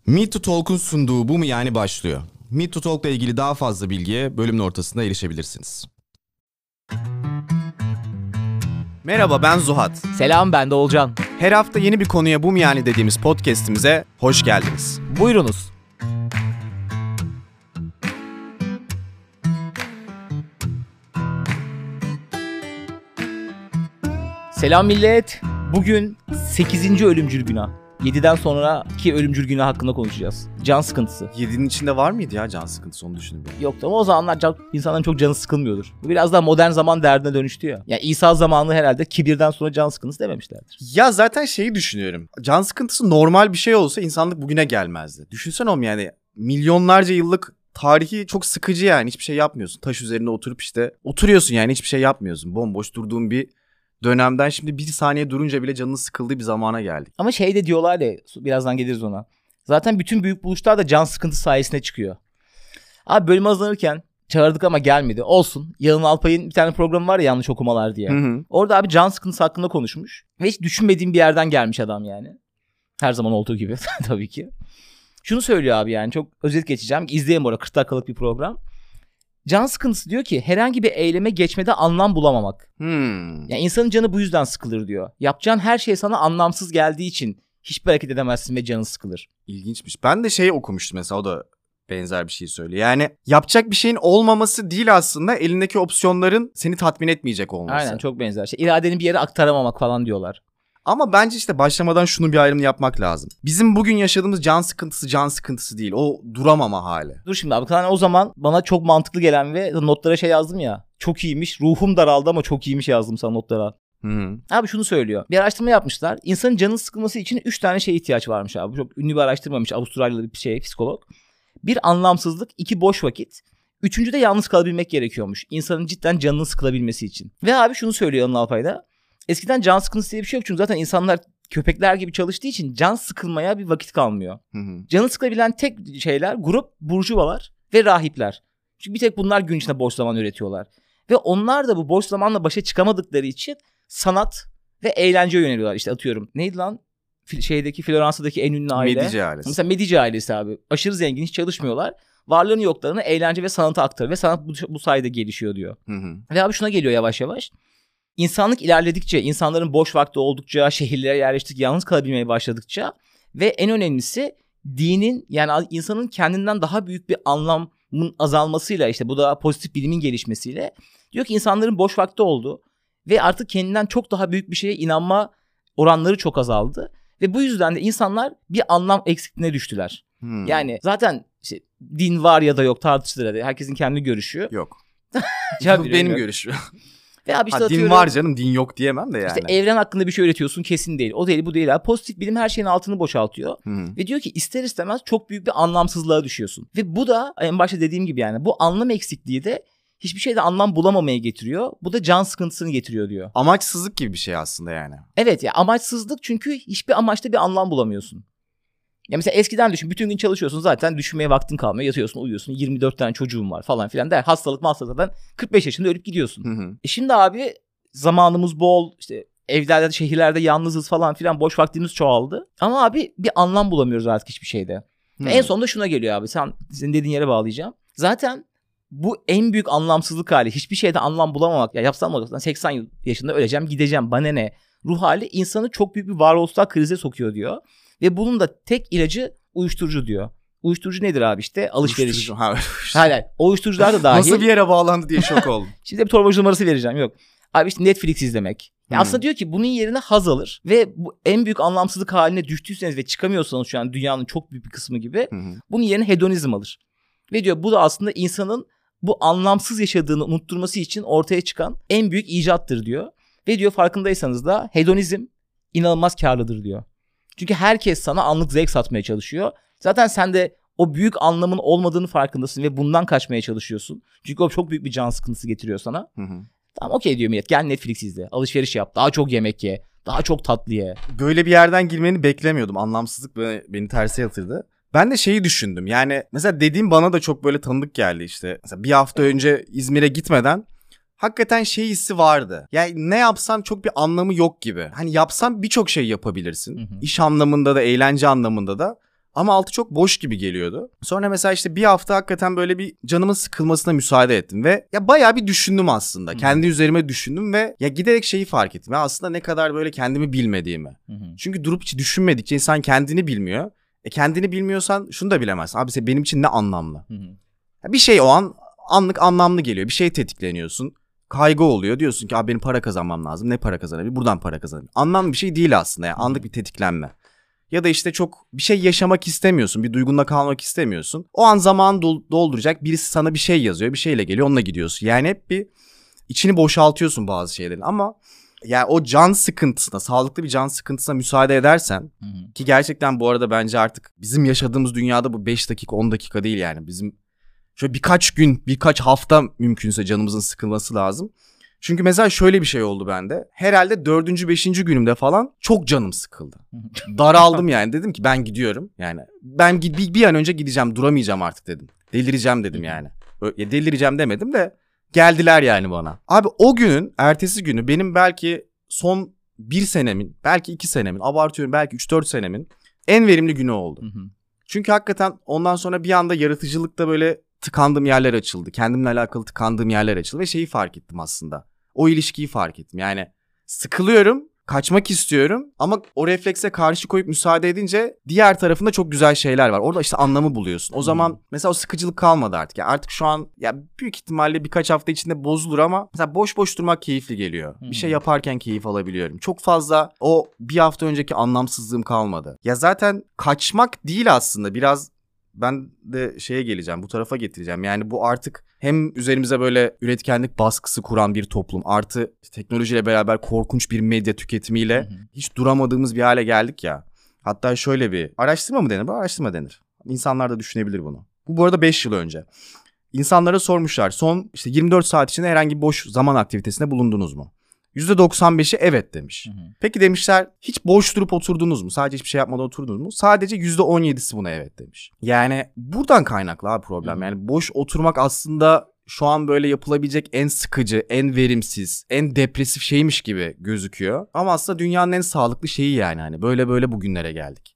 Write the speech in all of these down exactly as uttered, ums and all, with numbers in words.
Meet to Talk'un sunduğu Bu Mu Yani başlıyor. Meet to Talk'la ilgili daha fazla bilgiye bölümün ortasında erişebilirsiniz. Merhaba, ben Zuhat. Selam, ben de Olcan. Her hafta yeni bir konuya Bu Mu Yani dediğimiz podcast'imize hoş geldiniz. Buyurunuz. Selam millet. Bugün sekizinci ölümcül günah. yediden sonraki ölümcül günah hakkında konuşacağız. Can sıkıntısı. yedinin içinde var mıydı ya can sıkıntısı, onu düşünün. Yoktu ama o zamanlar can, insanların çok canı sıkılmıyordur. Bu biraz daha modern zaman derdine dönüştü ya. Yani İsa zamanı herhalde kibirden sonra can sıkıntısı dememişlerdir. Ya zaten şeyi düşünüyorum. Can sıkıntısı normal bir şey olsa insanlık bugüne gelmezdi. Düşünsene oğlum, yani milyonlarca yıllık tarihi çok sıkıcı yani. Hiçbir şey yapmıyorsun. Taş üzerinde oturup işte oturuyorsun yani, hiçbir şey yapmıyorsun. Bomboş durduğun bir dönemden şimdi bir saniye durunca bile canının sıkıldığı bir zamana geldik. Ama şey de diyorlar ya, birazdan geliriz ona. Zaten bütün büyük buluşlar da can sıkıntısı sayesinde çıkıyor. Abi bölüm hazırlanırken çağırdık ama gelmedi. Olsun. Yalın Alpay'ın bir tane programı var ya, yanlış okumalar diye. Hı hı. Orada abi can sıkıntısı hakkında konuşmuş. Ve hiç düşünmediğim bir yerden gelmiş adam yani. Her zaman olduğu gibi tabii ki. Şunu söylüyor abi, yani çok özet geçeceğim. İzleyin bu arada, kırk dakikalık bir program. Can sıkıntısı diyor ki herhangi bir eyleme geçmede anlam bulamamak. Hmm. Yani insanın canı bu yüzden sıkılır diyor. Yapacağın her şey sana anlamsız geldiği için hiçbir hareket edemezsin ve canın sıkılır. İlginçmiş. Ben de şey okumuştum mesela, o da benzer bir şey söylüyor. Yani yapacak bir şeyin olmaması değil aslında, elindeki opsiyonların seni tatmin etmeyecek olması. Aynen, çok benzer. Şey, iradeni bir yere aktaramamak falan diyorlar. Ama bence işte başlamadan şunun bir ayrımını yapmak lazım. Bizim bugün yaşadığımız can sıkıntısı can sıkıntısı değil. O duramama hali. Dur şimdi abi, yani o zaman bana çok mantıklı gelen ve notlara şey yazdım ya. Çok iyiymiş. Ruhum daraldı ama çok iyiymiş yazdım sana notlara. Hı-hı. Abi şunu söylüyor. Bir araştırma yapmışlar. İnsanın canının sıkılması için üç tane şeye ihtiyaç varmış abi. Çok ünlü bir araştırmamış. Avustralyalı bir şey, psikolog. Bir, anlamsızlık. iki, boş vakit. Üçüncü de yalnız kalabilmek gerekiyormuş. İnsanın cidden canının sıkılabilmesi için. Ve abi şunu söylüyor Yalın Alpay'da. Eskiden can sıkıntısı diye bir şey yok. Çünkü zaten insanlar köpekler gibi çalıştığı için can sıkılmaya bir vakit kalmıyor. Hı-hı. Canı sıkılabilen tek şeyler grup burjuvalar ve rahipler. Çünkü bir tek bunlar gün içinde boş zaman üretiyorlar. Ve onlar da bu boş zamanla başa çıkamadıkları için sanat ve eğlenceye yöneliyorlar. İşte atıyorum neydi lan? Şeydeki Floransa'daki en ünlü aile. Medici ailesi. Mesela Medici ailesi abi. Aşırı zengin, hiç çalışmıyorlar. Varlığını yoklarını eğlence ve sanata aktarıyor. Ve sanat bu, bu sayede gelişiyor diyor. Hı hı. Ve abi şuna geliyor yavaş yavaş. İnsanlık ilerledikçe, insanların boş vakti oldukça, şehirlere yerleştikçe, yalnız kalabilmeye başladıkça ve en önemlisi dinin, yani insanın kendinden daha büyük bir anlamın azalmasıyla, işte bu da pozitif bilimin gelişmesiyle, diyor ki insanların boş vakti oldu ve artık kendinden çok daha büyük bir şeye inanma oranları çok azaldı ve bu yüzden de insanlar bir anlam eksikliğine düştüler. Hmm. Yani zaten işte din var ya da yok tartışılır, herkesin kendi görüşü. Yok. Benim yok. görüşüm. Ve abi işte ha, din var canım, din yok diyemem de yani. İşte evren hakkında bir şey öğretiyorsun, kesin değil. O değil, bu değil abi. Pozitif bilim her şeyin altını boşaltıyor. Hmm. Ve diyor ki ister istemez çok büyük bir anlamsızlığa düşüyorsun. Ve bu da en başta dediğim gibi, yani bu anlam eksikliği de hiçbir şeyde anlam bulamamaya getiriyor. Bu da can sıkıntısını getiriyor diyor. Amaçsızlık gibi bir şey aslında yani. Evet ya, amaçsızlık, çünkü hiçbir amaçta bir anlam bulamıyorsun. Ya mesela eskiden düşün, bütün gün çalışıyorsun, zaten düşünmeye vaktin kalmıyor, yatıyorsun, uyuyorsun, yirmi dört tane çocuğun var falan filan der. Hastalık hastalıktan kırk beş yaşında ölüp gidiyorsun. Hı hı. E şimdi abi zamanımız bol, işte evlerde, şehirlerde yalnızız falan filan, boş vaktimiz çoğaldı. Ama abi bir anlam bulamıyoruz artık hiçbir şeyde. Hı. En sonunda şuna geliyor abi, sen senin dediğin yere bağlayacağım. Zaten bu en büyük anlamsızlık hali, hiçbir şeyde anlam bulamamak. Ya yapsam olacaktan seksen yaşında öleceğim, gideceğim, bana ne? Ruh hali insanı çok büyük bir varoluşsal krize sokuyor diyor. Ve bunun da tek ilacı uyuşturucu diyor. Uyuşturucu nedir abi işte? Alışveriş. Uyuşturucu. Ha, Hala o uyuşturucular da dahil. Nasıl bir yere bağlandı diye şok oldum. Şimdi bir torbacı numarası vereceğim, yok. Abi işte Netflix izlemek. Hmm. Aslında diyor ki bunun yerine haz alır ve bu en büyük anlamsızlık haline düştüyseniz ve çıkamıyorsanız şu an dünyanın çok büyük bir kısmı gibi, hmm. bunun yerine hedonizm alır. Ve diyor bu da aslında insanın bu anlamsız yaşadığını unutturması için ortaya çıkan en büyük icattır diyor. Ve diyor farkındaysanız da hedonizm inanılmaz karlıdır diyor. Çünkü herkes sana anlık zevk satmaya çalışıyor. Zaten sen de o büyük anlamın olmadığını farkındasın ve bundan kaçmaya çalışıyorsun. Çünkü o çok büyük bir can sıkıntısı getiriyor sana. Hı hı. Tamam, okey diyor millet, gel Netflix izle, alışveriş yap, daha çok yemek ye, daha çok tatlı ye. Böyle bir yerden girmeni beklemiyordum. Anlamsızlık beni, beni terse yatırdı. Ben de şeyi düşündüm, yani mesela dediğim bana da çok böyle tanıdık geldi işte. Mesela bir hafta önce İzmir'e gitmeden hakikaten şey hissi vardı. Yani ne yapsan çok bir anlamı yok gibi. Hani yapsan birçok şey yapabilirsin. Hı hı. İş anlamında da, eğlence anlamında da. Ama altı çok boş gibi geliyordu. Sonra mesela işte bir hafta hakikaten böyle bir canımın sıkılmasına müsaade ettim. Ve ya bayağı bir düşündüm aslında. Hı-hı. Kendi üzerime düşündüm ve ya giderek şeyi fark ettim. Ya aslında ne kadar böyle kendimi bilmediğimi. Hı-hı. Çünkü durup hiç düşünmedikçe insan kendini bilmiyor. E kendini bilmiyorsan şunu da bilemezsin. Abi benim için ne anlamlı? Ya bir şey o an anlık anlamlı geliyor. Bir şey tetikleniyorsun. Kaygı oluyor. Diyorsun ki abi benim para kazanmam lazım. Ne para kazanabilirim? Buradan para kazanabilirim. Anlamlı bir şey değil aslında. Yani anlık bir tetiklenme. Ya da işte çok bir şey yaşamak istemiyorsun. Bir duygunda kalmak istemiyorsun. O an zamanı dolduracak birisi sana bir şey yazıyor. Bir şeyle geliyor, onunla gidiyorsun. Yani hep bir içini boşaltıyorsun bazı şeylerin. Ama yani o can sıkıntısına, sağlıklı bir can sıkıntısına müsaade edersen, hı hı. Ki gerçekten bu arada bence artık bizim yaşadığımız dünyada bu beş dakika on dakika değil yani. Bizim şöyle birkaç gün, birkaç hafta mümkünse canımızın sıkılması lazım. Çünkü mesela şöyle bir şey oldu bende. Herhalde dördüncü, beşinci günümde falan çok canım sıkıldı. Daraldım yani. Dedim ki ben gidiyorum. Yani ben bir, bir an önce gideceğim. Duramayacağım artık dedim. Delireceğim dedim yani. Ya delireceğim demedim de geldiler yani bana. Abi o günün ertesi günü benim belki son bir senemin, belki iki senemin, abartıyorum belki üç dört senemin en verimli günü oldu. Çünkü hakikaten ondan sonra bir anda yaratıcılıkta böyle tıkandığım yerler açıldı. Kendimle alakalı tıkandığım yerler açıldı ve şeyi fark ettim aslında. O ilişkiyi fark ettim. Yani sıkılıyorum, kaçmak istiyorum ama o reflekse karşı koyup müsaade edince diğer tarafında çok güzel şeyler var. Orada işte anlamı buluyorsun. O zaman mesela o sıkıcılık kalmadı artık. Yani artık şu an ya büyük ihtimalle birkaç hafta içinde bozulur ama mesela boş boş durmak keyifli geliyor. Bir şey yaparken keyif alabiliyorum. Çok fazla o bir hafta önceki anlamsızlığım kalmadı. Ya zaten kaçmak değil aslında, biraz ben de şeye geleceğim, bu tarafa getireceğim. Yani bu artık hem üzerimize böyle üretkenlik baskısı kuran bir toplum, artı teknolojiyle beraber korkunç bir medya tüketimiyle hı hı. hiç duramadığımız bir hale geldik ya. Hatta şöyle bir araştırma mı denir? Bu araştırma denir. İnsanlar da düşünebilir bunu. Bu bu arada beş yıl önce. İnsanlara sormuşlar, son işte yirmi dört saat içinde herhangi bir boş zaman aktivitesinde bulundunuz mu? yüzde doksan beşi evet demiş. Hı hı. Peki demişler hiç boş durup oturdunuz mu? Sadece hiçbir şey yapmadan oturdunuz mu? Sadece yüzde on yedisi buna evet demiş. Yani buradan kaynaklı abi problem. Hı hı. Yani boş oturmak aslında şu an böyle yapılabilecek en sıkıcı, en verimsiz, en depresif şeymiş gibi gözüküyor. Ama aslında dünyanın en sağlıklı şeyi yani. Hani böyle böyle bugünlere geldik.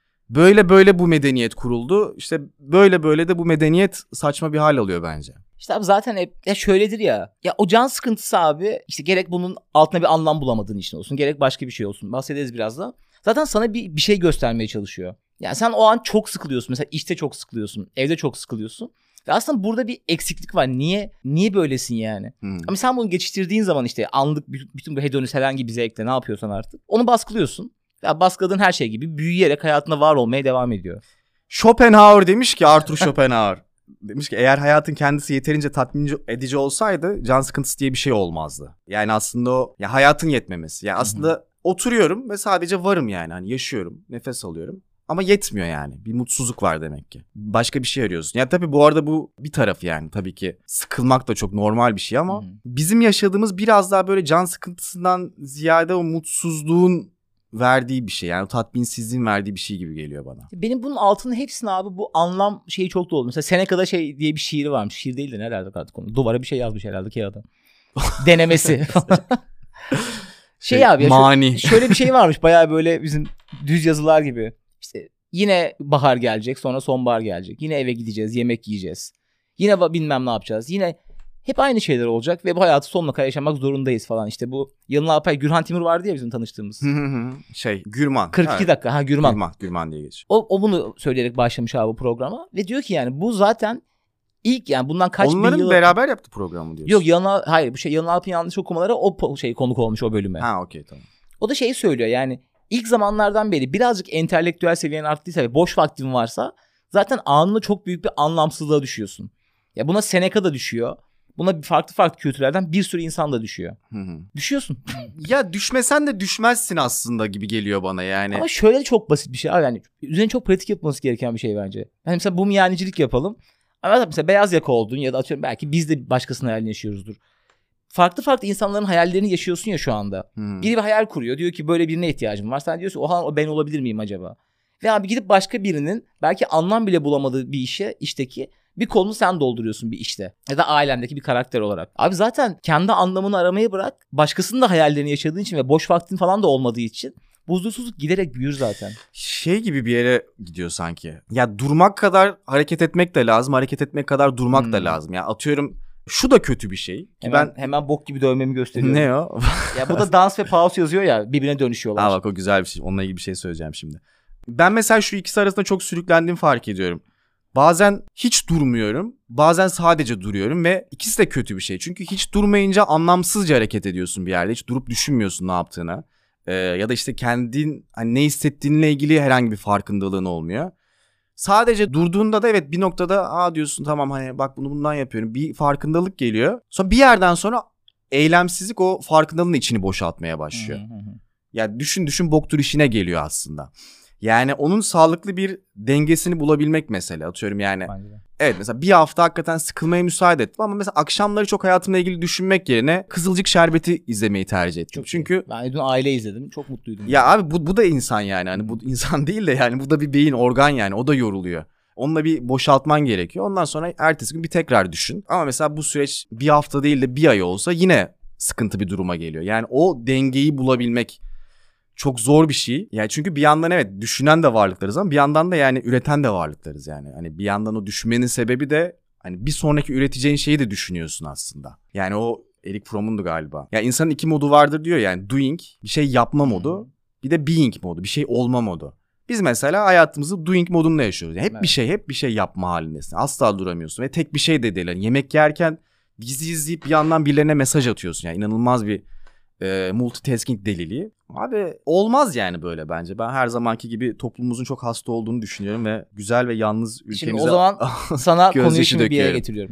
Böyle böyle bu medeniyet kuruldu. İşte böyle böyle de bu medeniyet saçma bir hal alıyor bence. İşte abi zaten hep ya şöyledir ya. Ya o can sıkıntısı abi işte gerek bunun altına bir anlam bulamadığın için olsun, gerek başka bir şey olsun. Bahsederiz biraz da. Zaten sana bir, bir şey göstermeye çalışıyor. Yani sen o an çok sıkılıyorsun. Mesela işte çok sıkılıyorsun. Evde çok sıkılıyorsun. Ve aslında burada bir eksiklik var. Niye niye böylesin yani? Hmm. Ama sen bunu geçiştirdiğin zaman işte anlık bütün bu hedonist herhangi bir zevkle ne yapıyorsan artık onu baskılıyorsun. Ya baskıladığın her şey gibi büyüyerek hayatında var olmaya devam ediyor. Schopenhauer demiş ki, Arthur Schopenhauer demiş ki eğer hayatın kendisi yeterince tatmin edici olsaydı can sıkıntısı diye bir şey olmazdı. Yani aslında o ya hayatın yetmemesi. Yani aslında Hı-hı. oturuyorum ve sadece varım yani. Hani yaşıyorum, nefes alıyorum. Ama yetmiyor yani. Bir mutsuzluk var demek ki. Başka bir şey arıyorsun. Ya tabii bu arada bu bir tarafı yani. Tabii ki sıkılmak da çok normal bir şey ama Hı-hı. bizim yaşadığımız biraz daha böyle can sıkıntısından ziyade o mutsuzluğun verdiği bir şey. Yani o tatminsizliğin verdiği bir şey gibi geliyor bana. Benim bunun altının hepsini abi bu anlam şeyi çok doğru. Mesela Seneca'da şey diye bir şiiri varmış. Şiir değil de nerede artık onu. Duvara bir şey yazmış herhalde kağıda. Denemesi. şey, şey abi ya mani. Şöyle, şöyle bir şey varmış. Bayağı böyle bizim düz yazılar gibi. İşte yine bahar gelecek, sonra sonbahar gelecek. Yine eve gideceğiz, yemek yiyeceğiz. Yine bilmem ne yapacağız. Yine hep aynı şeyler olacak ve bu hayatı sonuna kadar yaşamak zorundayız falan. İşte bu Yalın Alpay, Gürhan Timur vardı ya bizim tanıştığımız. şey Gürman. kırk iki evet. dakika ha Gürman. Gürman, Gürman diye geçiyor. O, o bunu söyleyerek başlamış abi bu programa ve diyor ki yani bu zaten ilk yani bundan kaç Onların bin yıl... Onların beraber yaptı programı diyorsun. Yok Yalın, hayır bu şey Yalın Alpay'ın yanlış okumaları o şey konuk olmuş o bölüme. Ha okey tamam. O da şeyi söylüyor yani ilk zamanlardan beri birazcık entelektüel seviyen arttıysa ve boş vaktin varsa zaten anında çok büyük bir anlamsızlığa düşüyorsun. Ya buna Seneca da düşüyor. Buna farklı farklı kültürlerden bir sürü insan da düşüyor. Hı hı. Düşüyorsun. Ya düşmesen de düşmezsin aslında gibi geliyor bana yani. Ama şöyle çok basit bir şey abi. Yani üzerine çok pratik yapılması gereken bir şey bence. Yani mesela bumyanicilik yapalım. Ama mesela beyaz yaka oldun ya da atıyorum belki biz de başkasının hayalini yaşıyoruzdur. Farklı farklı insanların hayallerini yaşıyorsun ya şu anda. Hmm. Biri bir hayal kuruyor. Diyor ki böyle birine ihtiyacım var. Sen diyorsun oha o ben olabilir miyim acaba? Ve abi gidip başka birinin belki anlam bile bulamadığı bir işe işteki bir kolunu sen dolduruyorsun bir işte. Ya da ailendeki bir karakter olarak. Abi zaten kendi anlamını aramayı bırak. Başkasının da hayallerini yaşadığın için ve boş vaktin falan da olmadığı için Bu huzursuzluk giderek büyür zaten. Şey gibi bir yere gidiyor sanki. Ya durmak kadar hareket etmek de lazım. Hareket etmek kadar durmak Hmm. da lazım. Ya atıyorum şu da kötü bir şey. Ki Hemen, ben hemen bok gibi dövmemi gösteriyorum. ne o? Ya bu da dans ve pause yazıyor ya, birbirine dönüşüyorlar. Ha bak o güzel bir şey. Onunla ilgili bir şey söyleyeceğim şimdi. Ben mesela şu ikisi arasında çok sürüklendiğimi fark ediyorum. Bazen hiç durmuyorum. Bazen sadece duruyorum ve ikisi de kötü bir şey. Çünkü hiç durmayınca anlamsızca hareket ediyorsun bir yerde. Hiç durup düşünmüyorsun ne yaptığını. Ee, ya da işte kendin hani ne hissettiğinle ilgili herhangi bir farkındalığın olmuyor. Sadece durduğunda da evet bir noktada aa diyorsun tamam hani bak bunu bundan yapıyorum. Bir farkındalık geliyor. Sonra bir yerden sonra eylemsizlik o farkındalığın içini boşaltmaya başlıyor. Hı hı hı. Yani düşün düşün boktur işine geliyor aslında. Yani onun sağlıklı bir dengesini bulabilmek mesela atıyorum yani. Bence de. Evet mesela bir hafta hakikaten sıkılmaya müsaade ettim ama mesela akşamları çok hayatımla ilgili düşünmek yerine Kızılcık Şerbeti izlemeyi tercih ettim. Çok Çünkü iyi. Ben dün aile izledim. Çok mutluydum. ya abi bu, bu da insan yani. Hani bu insan değil de yani bu da bir beyin organ yani. O da yoruluyor. Onunla bir boşaltman gerekiyor. Ondan sonra ertesi gün bir tekrar düşün. Ama mesela bu süreç bir hafta değil de bir ay olsa yine sıkıntı bir duruma geliyor. Yani o dengeyi bulabilmek çok zor bir şey. Yani çünkü bir yandan evet düşünen de varlıklarız ama bir yandan da yani üreten de varlıklarız yani. Hani bir yandan o düşünmenin sebebi de hani bir sonraki üreteceğin şeyi de düşünüyorsun aslında. Yani o Eric Fromm'undu galiba. Ya insanın iki modu vardır diyor yani doing, bir şey yapma modu, bir de being modu, bir şey olma modu. Biz mesela hayatımızı doing modunda yaşıyoruz. Yani hep Evet. bir şey, hep bir şey yapma halindesin. Asla duramıyorsun ve tek bir şey de değil. Yani yemek yerken dizi izleyip bir yandan birilerine mesaj atıyorsun. Yani inanılmaz bir e, multitasking deliliği. Abi olmaz yani böyle bence. Ben her zamanki gibi toplumumuzun çok hasta olduğunu düşünüyorum ve güzel ve yalnız ülkemize... Şimdi o zaman sana konuyu gözyaşı şimdi bir yere döküyorum. getiriyorum.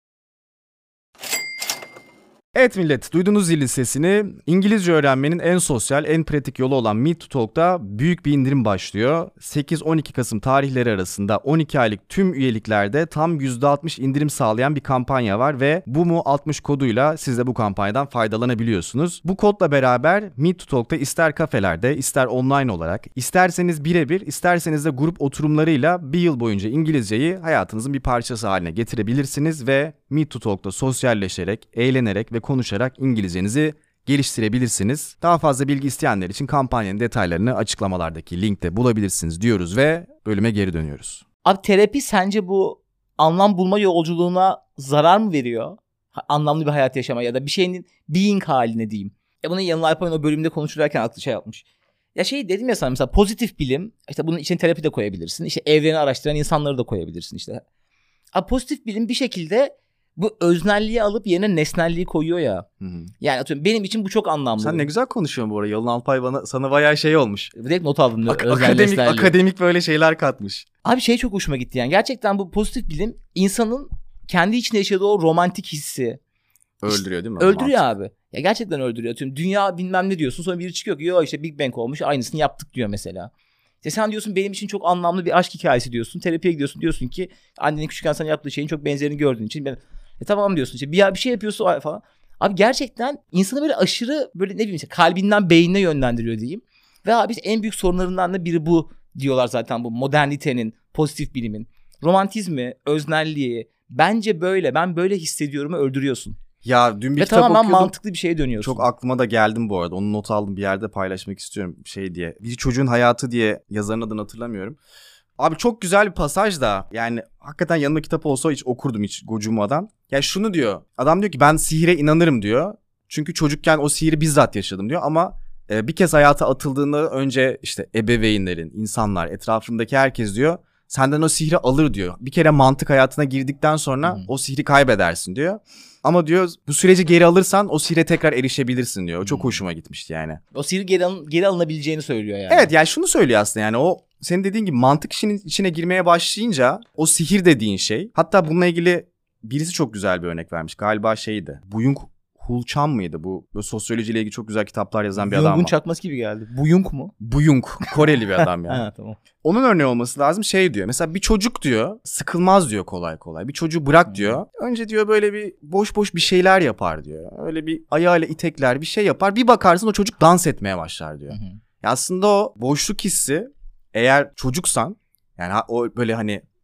Evet millet, duydunuz zilin sesini. İngilizce öğrenmenin en sosyal, en pratik yolu olan Meet to Talk'ta büyük bir indirim başlıyor. sekiz on iki Kasım tarihleri arasında on iki aylık tüm üyeliklerde tam yüzde altmış indirim sağlayan bir kampanya var ve bu mu altmış koduyla siz de bu kampanyadan faydalanabiliyorsunuz. Bu kodla beraber Meet to Talk'ta ister kafelerde, ister online olarak, isterseniz birebir, isterseniz de grup oturumlarıyla bir yıl boyunca İngilizceyi hayatınızın bir parçası haline getirebilirsiniz ve Meet to Talk'ta sosyalleşerek, eğlenerek ve konuşarak İngilizcenizi geliştirebilirsiniz. Daha fazla bilgi isteyenler için kampanyanın detaylarını açıklamalardaki linkte bulabilirsiniz diyoruz ve bölüme geri dönüyoruz. Abi terapi sence bu anlam bulma yolculuğuna zarar mı veriyor? Ha- Anlamlı bir hayat yaşama ya da bir şeyin being haline diyeyim. Ya bunu Yanıl Alpay'ın o bölümde konuşurken aklı şey yapmış. Ya şey dedim ya sana mesela pozitif bilim, işte bunun için terapi de koyabilirsin. İşte evreni araştıran insanları da koyabilirsin işte. Abi pozitif bilim bir şekilde bu öznelliği alıp yerine nesnelliği koyuyor ya. Hı hı. Yani atıyorum benim için bu çok anlamlı. Sen ne güzel konuşuyorsun bu arada. Yalın Alpay bana, sana bayağı şey olmuş. Direkt not aldım. Ak- öznel akademik, nesnelliği. akademik böyle şeyler katmış. Abi şey çok hoşuma gitti yani. Gerçekten bu pozitif bilim insanın kendi içinde yaşadığı o romantik hissi Öldürüyor değil mi? öldürüyor Mantık. abi. Ya gerçekten öldürüyor. Atıyorum dünya bilmem ne diyorsun, sonra biri çıkıyor ki yo işte Big Bang olmuş, aynısını yaptık diyor mesela. İşte sen diyorsun benim için çok anlamlı bir aşk hikayesi diyorsun. Terapiye gidiyorsun, diyorsun ki annenin küçükken sana yaptığı şeyin çok benzerini gördüğün için ben e tamam diyorsun işte bir, bir şey yapıyorsun falan. Abi gerçekten insanı böyle aşırı böyle ne bileyim işte kalbinden beynine yönlendiriyor diyeyim. Ve abi en büyük sorunlarından da biri bu diyorlar zaten, bu modernitenin, pozitif bilimin. Romantizmi, öznelliği, bence böyle, ben böyle hissediyorumu öldürüyorsun. Ya dün bir Ve kitap tamamen okuyordum. mantıklı bir şeye dönüyorsun. Çok aklıma da geldim bu arada. Onu not aldım, bir yerde paylaşmak istiyorum şey diye. Bir çocuğun hayatı diye, yazarın adını hatırlamıyorum. Abi çok güzel bir pasaj da yani hakikaten yanımda kitap olsa hiç okurdum hiç gocunmadan. Ya şunu diyor. Adam diyor ki ben sihire inanırım diyor. Çünkü çocukken o sihiri bizzat yaşadım diyor ama e, bir kez hayata atıldığında önce işte ebeveynlerin, insanlar, etrafındaki herkes diyor senden o sihri alır diyor. Bir kere mantık hayatına girdikten sonra Hı-hı. o sihri kaybedersin diyor. Ama diyor bu süreci geri alırsan o sihre tekrar erişebilirsin diyor. O çok Hmm. hoşuma gitmişti yani. O sihir geri, alın, geri alınabileceğini söylüyor yani. Evet yani şunu söylüyor aslında yani o senin dediğin gibi mantık işinin içine girmeye başlayınca o sihir dediğin şey, hatta bununla ilgili birisi çok güzel bir örnek vermiş. Galiba şeydi. Byung Chul Chan mıydı bu? Böyle sosyolojiyle ilgili çok güzel kitaplar yazan bir adam Jung'un var. çakması gibi geldi. Buyung mu? Byung, Koreli bir adam yani. Ha tamam. Onun örneği olması lazım, şey diyor. Mesela bir çocuk diyor sıkılmaz diyor kolay kolay. Bir çocuğu bırak diyor. Önce diyor böyle bir boş boş bir şeyler yapar diyor. Öyle bir ayağıyla itekler bir şey yapar. Bir bakarsın o çocuk dans etmeye başlar diyor. Hı Ya aslında o boşluk hissi, eğer çocuksan yani o böyle hani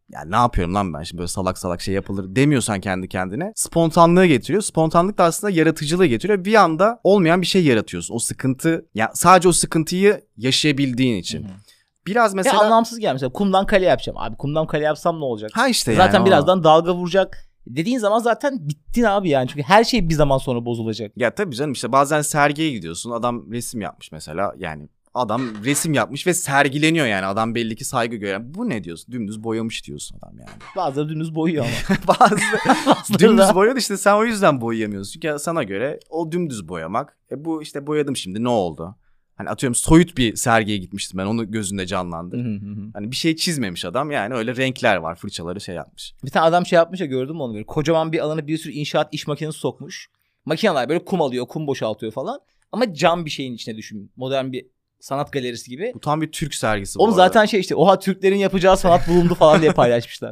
Yani ne yapıyorum lan ben şimdi böyle salak salak şey yapılır demiyorsan kendi kendine spontanlığı getiriyor. Spontanlık da aslında yaratıcılığı getiriyor. Bir anda olmayan bir şey yaratıyorsun. O sıkıntı ya sadece o sıkıntıyı yaşayabildiğin için. Hı-hı. Biraz mesela... Ya anlamsız gelmiş. Kumdan kale yapacağım. Abi kumdan kale yapsam ne olacak? Ha işte zaten yani birazdan o... dalga vuracak. Dediğin zaman zaten bittin abi yani. Çünkü her şey bir zaman sonra bozulacak. Ya tabii canım işte bazen sergiye gidiyorsun. Adam resim yapmış mesela. Yani adam resim yapmış ve sergileniyor yani. Adam belli ki saygı gören. Bu ne diyorsun? Dümdüz boyamış diyorsun adam yani. Bazıları dümdüz boyuyor ama. Bazı dümdüz boyuyor işte sen o yüzden boyayamıyorsun. Çünkü sana göre o dümdüz boyamak. E bu işte boyadım şimdi ne oldu? Hani atıyorum soyut bir sergiye gitmiştim ben onu gözünde canlandı. Hani bir şey çizmemiş adam yani öyle renkler var fırçaları şey yapmış. Bir tane adam şey yapmış ya gördün mü onu böyle kocaman bir alana bir sürü inşaat iş makinesi sokmuş. Makineler böyle kum alıyor kum boşaltıyor falan ama cam bir şeyin içine düşün. Modern bir sanat galerisi gibi. Bu tam bir Türk sergisi bu Onu arada. zaten şey işte oha Türklerin yapacağı sanat bulundu falan diye paylaşmışlar.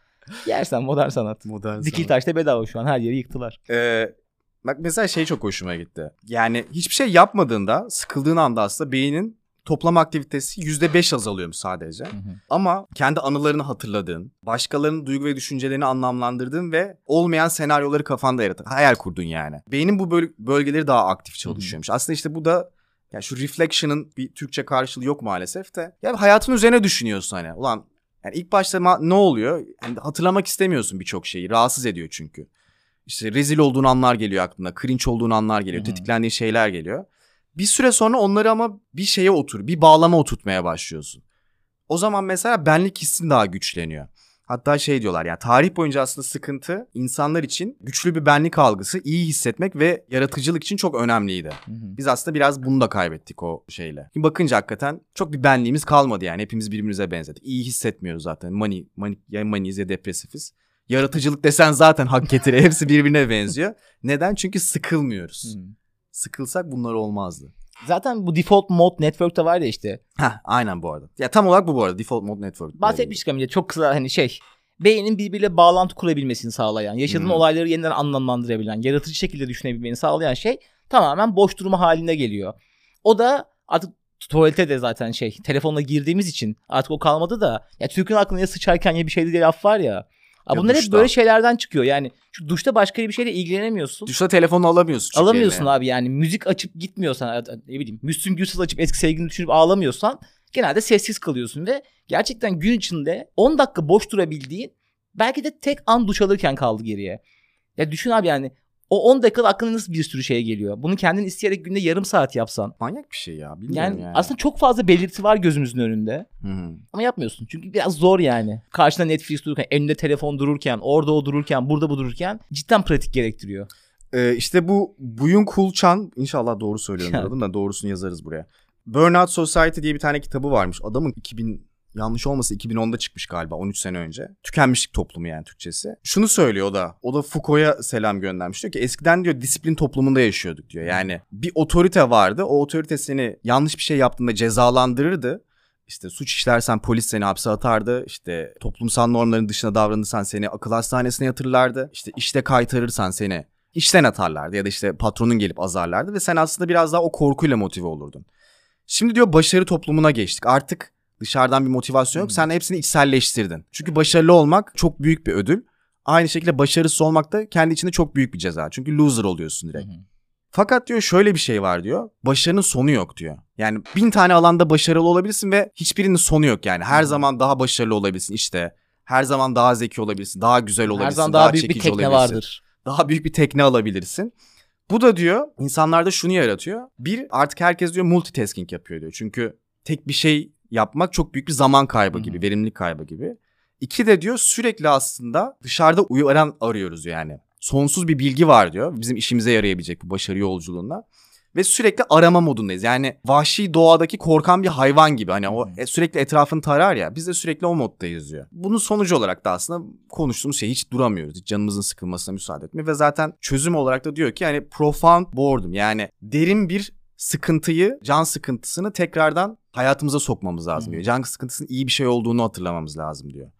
Yersen modern sanat. Modern Dikiltaş'ta bedava şu an her yeri yıktılar. Eee... Bak mesela şey çok hoşuma gitti. Yani hiçbir şey yapmadığında, sıkıldığın anda aslında beynin toplam aktivitesi yüzde beş azalıyormuş sadece. Hı hı. Ama kendi anılarını hatırladığın, başkalarının duygu ve düşüncelerini anlamlandırdığın ve olmayan senaryoları kafanda yaratın. Hayal kurdun yani. Beynin bu böl- bölgeleri daha aktif çalışıyormuş. Hı hı. Aslında işte bu da yani şu reflection'ın bir Türkçe karşılığı yok maalesef de. Yani hayatın üzerine düşünüyorsun hani. Ulan yani ilk başta ma- ne oluyor? Yani hatırlamak istemiyorsun birçok şeyi. Rahatsız ediyor çünkü. İşte rezil olduğun anlar geliyor aklına, cringe olduğun anlar geliyor, Hı-hı. tetiklendiğin şeyler geliyor. Bir süre sonra onları ama bir şeye otur, bir bağlama oturtmaya başlıyorsun. O zaman mesela benlik hissin daha güçleniyor. Hatta şey diyorlar yani tarih boyunca aslında sıkıntı insanlar için güçlü bir benlik algısı, iyi hissetmek ve yaratıcılık için çok önemliydi. Hı-hı. Biz aslında biraz bunu da kaybettik o şeyle. Şimdi bakınca hakikaten çok bir benliğimiz kalmadı yani hepimiz birbirimize benzedik. İyi hissetmiyoruz zaten, mani, mani, ya maniyiz ya depresifiz. Yaratıcılık desen zaten hak getire. Hepsi birbirine benziyor. Neden? Çünkü sıkılmıyoruz. Hmm. Sıkılsak bunlar olmazdı. Zaten bu default mode network'ta var ya işte. Heh, aynen bu arada. Ya tam olarak bu bu arada default mode network. Bahsetmiştik ama çok kısa hani şey. Beynin birbiriyle bağlantı kurabilmesini sağlayan, yaşadığın hmm. olayları yeniden anlamlandırabilen, yaratıcı şekilde düşünebilmeni sağlayan şey tamamen boş durma haline geliyor. O da artık tuvalete de zaten şey telefonla girdiğimiz için artık o kalmadı da ya Türk'ün aklına ya sıçarken ya bir şeydi diye laf var ya. Ya bunlar duşta. Hep böyle şeylerden çıkıyor. Yani şu duşta başka bir şeyle ilgilenemiyorsun. Duşta telefonu alamıyorsun. Alamıyorsun yani. Abi yani müzik açıp gitmiyorsan ne bileyim Müslüm Gürses açıp eski sevgilini düşünüp ağlamıyorsan genelde sessiz kalıyorsun ve gerçekten gün içinde on dakika boş durabildiğin belki de tek an duş alırken kaldı geriye. Ya düşün abi yani o on dakikada aklına nasıl bir sürü şey geliyor. Bunu kendin isteyerek günde yarım saat yapsan. Manyak bir şey ya. Bilmiyorum yani, yani. Aslında çok fazla belirti var gözümüzün önünde. Hı-hı. Ama yapmıyorsun. Çünkü biraz zor yani. Karşında Netflix dururken, elinde telefon dururken, orada o dururken, burada bu dururken cidden pratik gerektiriyor. Ee, işte bu Byung-Chul Chan, inşallah doğru söylüyorum da doğrusunu yazarız buraya. Burnout Society diye bir tane kitabı varmış. Adamın iki bin yanlış olmasa iki bin onda çıkmış galiba on üç sene önce. Tükenmişlik toplumu yani Türkçesi. Şunu söylüyor o da. O da Foucault'a selam göndermiş. Diyor ki eskiden diyor disiplin toplumunda yaşıyorduk diyor. Yani bir otorite vardı. O otorite seni yanlış bir şey yaptığında cezalandırırdı. İşte suç işlersen polis seni hapse atardı. İşte toplumsal normların dışına davranırsan seni akıl hastanesine yatırırlardı. İşte işte kaytarırsan seni işten atarlardı. Ya da işte patronun gelip azarlardı. Ve sen aslında biraz daha o korkuyla motive olurdun. Şimdi diyor başarı toplumuna geçtik. Artık dışarıdan bir motivasyon yok. Hmm. Sen hepsini içselleştirdin. Çünkü başarılı olmak çok büyük bir ödül. Aynı şekilde başarısız olmak da kendi içinde çok büyük bir ceza. Çünkü loser oluyorsun direkt. Hmm. Fakat diyor şöyle bir şey var diyor. Başarının sonu yok diyor. Yani bin tane alanda başarılı olabilirsin ve hiçbirinin sonu yok yani. Her hmm. zaman daha başarılı olabilirsin işte. Her zaman daha zeki olabilirsin. Daha güzel olabilirsin. Her zaman daha, daha büyük bir tekne olabilirsin. Vardır. Daha büyük bir tekne alabilirsin. Bu da diyor insanlarda şunu yaratıyor. Bir, artık herkes diyor multitasking yapıyor diyor. Çünkü tek bir şey yapmak çok büyük bir zaman kaybı gibi, Hı-hı. verimlilik kaybı gibi. İki de diyor sürekli aslında dışarıda uyaran arıyoruz yani. Sonsuz bir bilgi var diyor. Bizim işimize yarayabilecek bu başarı yolculuğunda. Ve sürekli arama modundayız. Yani vahşi doğadaki korkan bir hayvan gibi. Hani o sürekli etrafını tarar ya. Biz de sürekli o moddayız diyor. Bunun sonucu olarak da aslında konuştuğumuz şey hiç duramıyoruz. Hiç canımızın sıkılmasına müsaade etmiyor. Ve zaten çözüm olarak da diyor ki yani profound boredom. Yani derin bir sıkıntıyı, can sıkıntısını tekrardan hayatımıza sokmamız lazım diyor. Can sıkıntısının iyi bir şey olduğunu hatırlamamız lazım diyor.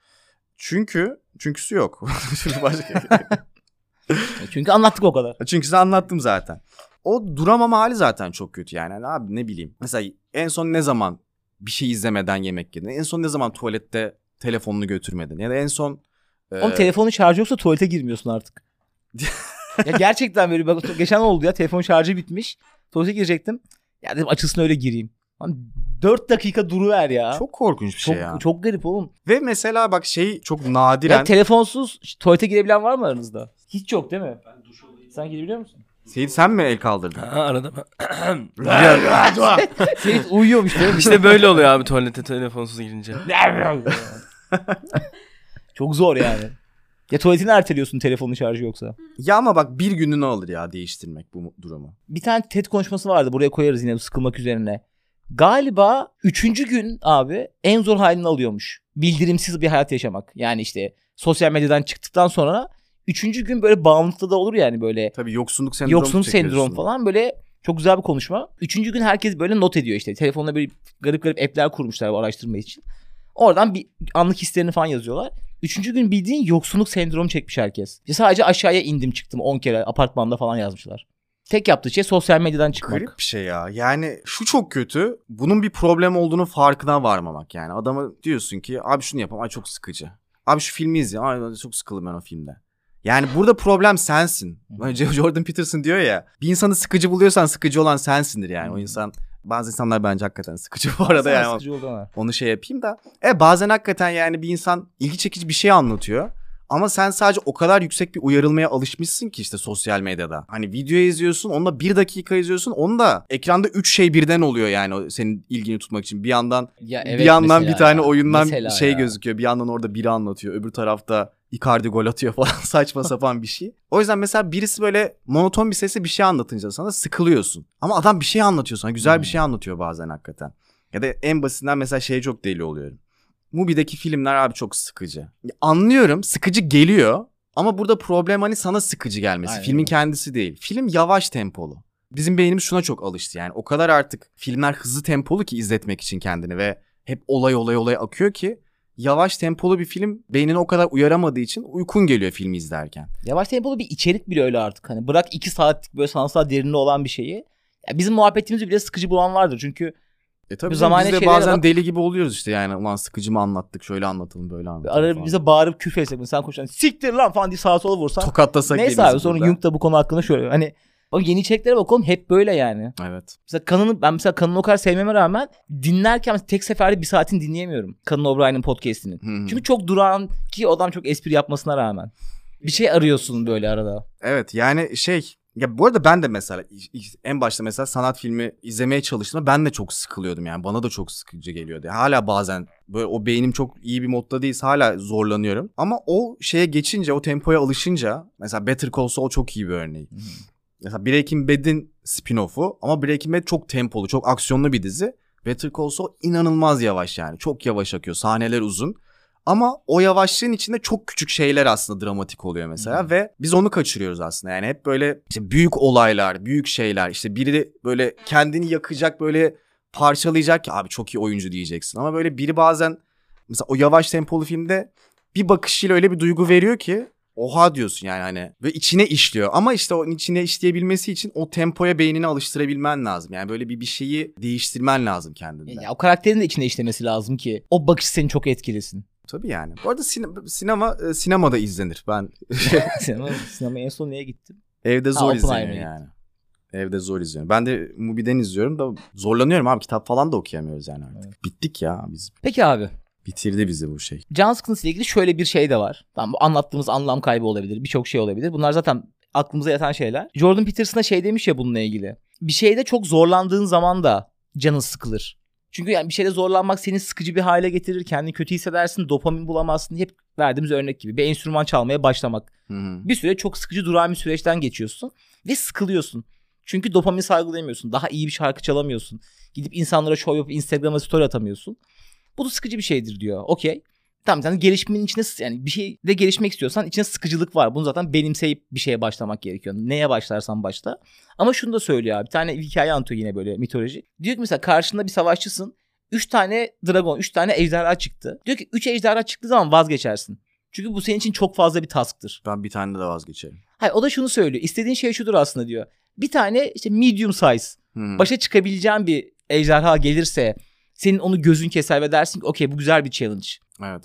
Çünkü, çünküsü yok. Çünkü anlattık o kadar. Çünkü size anlattım zaten. O duramama hali zaten çok kötü yani. yani. Abi ne bileyim. Mesela en son ne zaman bir şey izlemeden yemek yedin? En son ne zaman tuvalette telefonunu götürmedin? Ya da en son... Oğlum e... telefonun şarjı yoksa tuvalete girmiyorsun artık. Ya gerçekten böyle bak, geçen oldu ya, telefon şarjı bitmiş. Tuvalete girecektim. Ya dedim açılsın öyle gireyim. Lan dört dakika duruver ya. Çok korkunç bir çok, şey ya. Çok garip oğlum. Ve mesela bak şey çok nadiren... Ya telefonsuz tuvalete girebilen var mı aranızda? Hiç yok değil mi? Ben duş alayım. Sen girebiliyor musun? Seyit sen mi el kaldırdın? Ha, arada ben... Seyit uyuyormuş değil mi? İşte böyle oluyor abi tuvalete telefonsuz girince. Çok zor yani. Ya tuvaletini erteliyorsun telefonun şarjı yoksa. Ya ama bak bir gününü alır ya değiştirmek bu durumu. Bir tane TED konuşması vardı, buraya koyarız yine bu sıkılmak üzerine. Galiba üçüncü gün abi en zor halini alıyormuş. Bildirimsiz bir hayat yaşamak. Yani işte sosyal medyadan çıktıktan sonra üçüncü gün böyle bağımlılıkta da olur yani böyle. Tabii yoksunluk sendromu Yoksunluk sendromu falan böyle çok güzel bir konuşma. Üçüncü gün herkes böyle not ediyor işte. Telefonla böyle garip garip app'ler kurmuşlar bu araştırma için. Oradan bir anlık hislerini falan yazıyorlar. Üçüncü gün bildiğin yoksunluk sendromu çekmiş herkes. İşte sadece aşağıya indim çıktım on kere apartmanda falan yazmışlar. Tek yaptığı şey sosyal medyadan çıkmak. Garip bir şey ya. Yani şu çok kötü. Bunun bir problem olduğunu farkına varmamak yani. Adama diyorsun ki abi şunu yapalım. Ay çok sıkıcı. Abi şu filmi izle. Ay çok sıkıldım ben o filmde. Yani burada problem sensin. Jordan Peterson diyor ya. Bir insanı sıkıcı buluyorsan sıkıcı olan sensindir yani. O insan... Bazı insanlar bence hakikaten sıkıcı bu arada yani. Sıkıcı oldu ama. Onu şey yapayım da. E bazen hakikaten yani bir insan ilgi çekici bir şey anlatıyor. Ama sen sadece o kadar yüksek bir uyarılmaya alışmışsın ki işte sosyal medyada. Hani video izliyorsun, onunla bir dakika izliyorsun. Onda ekranda üç şey birden oluyor yani o senin ilgini tutmak için. Bir yandan ya evet, bir yandan bir tane ya. oyundan Mesela şey ya. gözüküyor. Bir yandan orada biri anlatıyor. Öbür tarafta Icardi gol atıyor falan saçma sapan bir şey. O yüzden mesela birisi böyle monoton bir sesle bir şey anlatınca sana sıkılıyorsun. Ama adam bir şey anlatıyor sana. Güzel hmm. bir şey anlatıyor bazen hakikaten. Ya da en basitinden mesela şeye çok deli oluyorum. Mubi'deki filmler abi çok sıkıcı. Anlıyorum, sıkıcı geliyor ama burada problem hani sana sıkıcı gelmesi. Aynen. Filmin kendisi değil. Film yavaş tempolu. Bizim beynimiz şuna çok alıştı yani. O kadar artık filmler hızlı tempolu ki izletmek için kendini ve hep olay olay olay akıyor ki yavaş tempolu bir film beynine o kadar uyaramadığı için uykun geliyor filmi izlerken. Yavaş tempolu bir içerik bile öyle artık. Hani bırak iki saatlik böyle sanatsal derinliği olan bir şeyi. Ya bizim muhabbetimizi bile sıkıcı bulan vardır çünkü E tabii biz de bazen bak... deli gibi oluyoruz işte yani. Ulan sıkıcı mı anlattık, şöyle anlatalım, böyle anlatalım Arada falan. bize bağırıp küfür etsek, sen konuşan siktir lan falan diye sağa sola vursan. Tokatlasak neyse abi sonra Jung da bu konu hakkında şöyle hani o yeni içeriklere bakalım hep böyle yani. Evet. Mesela Kanan'ı ben mesela Kanan'ı o kadar sevmeme rağmen dinlerken tek seferde bir saatini dinleyemiyorum. Conan O'Brien'in podcast'ini. Hı-hı. Çünkü çok durağan ki o adam çok espri yapmasına rağmen. Bir şey arıyorsun böyle arada. Evet yani şey... Ya bu arada ben de mesela en başta mesela sanat filmi izlemeye çalıştığımda ben de çok sıkılıyordum yani. Bana da çok sıkıcı geliyordu. Hala bazen böyle o beynim çok iyi bir modda değilse hala zorlanıyorum. Ama o şeye geçince, o tempoya alışınca mesela Better Call Saul çok iyi bir örneği. Hmm. Mesela Breaking Bad'in spin-off'u ama Breaking Bad çok tempolu, çok aksiyonlu bir dizi. Better Call Saul inanılmaz yavaş yani. Çok yavaş akıyor. Sahneler uzun. Ama o yavaşlığın içinde çok küçük şeyler aslında dramatik oluyor mesela hmm. ve biz onu kaçırıyoruz aslında. Yani hep böyle işte büyük olaylar, büyük şeyler, işte biri de böyle kendini yakacak, böyle parçalayacak ki abi çok iyi oyuncu diyeceksin. Ama böyle biri bazen mesela o yavaş tempolu filmde bir bakışıyla öyle bir duygu veriyor ki oha diyorsun yani hani ve içine işliyor. Ama işte o içine işleyebilmesi için o tempoya beynini alıştırabilmen lazım. Yani böyle bir bir şeyi değiştirmen lazım kendinde. Ya o karakterin de içine işlemesi lazım ki o bakış seni çok etkilesin. Tabii yani. Bu arada sinema, sinema sinemada izlenir. Ben sinema, sinema en son neye gittim? Evde zor izleniyor yani. Evde zor izliyorum. Ben de Mubi'den izliyorum da zorlanıyorum abi. Kitap falan da okuyamıyoruz yani artık. Evet. Bittik ya biz. Peki abi. Bitirdi bizi bu şey. Can sıkıntısı ile ilgili şöyle bir şey de var. Tamam, bu anlattığımız anlam kaybı olabilir. Birçok şey olabilir. Bunlar zaten aklımıza yatan şeyler. Jordan Peterson'a şey demiş ya bununla ilgili. Bir şeyde çok zorlandığın zaman da canın sıkılır. Çünkü yani bir şeyde zorlanmak seni sıkıcı bir hale getirir. Kendini kötü hissedersin. Dopamin bulamazsın. Hep verdiğimiz örnek gibi. Bir enstrüman çalmaya başlamak. Hı-hı. Bir süre çok sıkıcı durağan bir süreçten geçiyorsun. Ve sıkılıyorsun. Çünkü dopamin salgılayamıyorsun. Daha iyi bir şarkı çalamıyorsun. Gidip insanlara show yapıp Instagram'a story atamıyorsun. Bu da sıkıcı bir şeydir diyor. Okey. Tamam, yani gelişmenin içine yani bir şeyde gelişmek istiyorsan içine sıkıcılık var. Bunu zaten benimseyip bir şeye başlamak gerekiyor. Neye başlarsan başla. Ama şunu da söylüyor abi. Bir tane hikaye anlatıyor yine böyle mitoloji. Diyor ki mesela karşında bir savaşçısın. Üç tane dragon, üç tane ejderha çıktı. Diyor ki üç ejderha çıktığı zaman vazgeçersin. Çünkü bu senin için çok fazla bir tasktır. Ben bir tane de vazgeçerim. Hayır, o da şunu söylüyor. İstediğin şey şudur aslında diyor. Bir tane işte medium size. Hmm. Başa çıkabileceğin bir ejderha gelirse senin onu gözün keser ve dersin ki okey bu güzel bir challenge. Evet.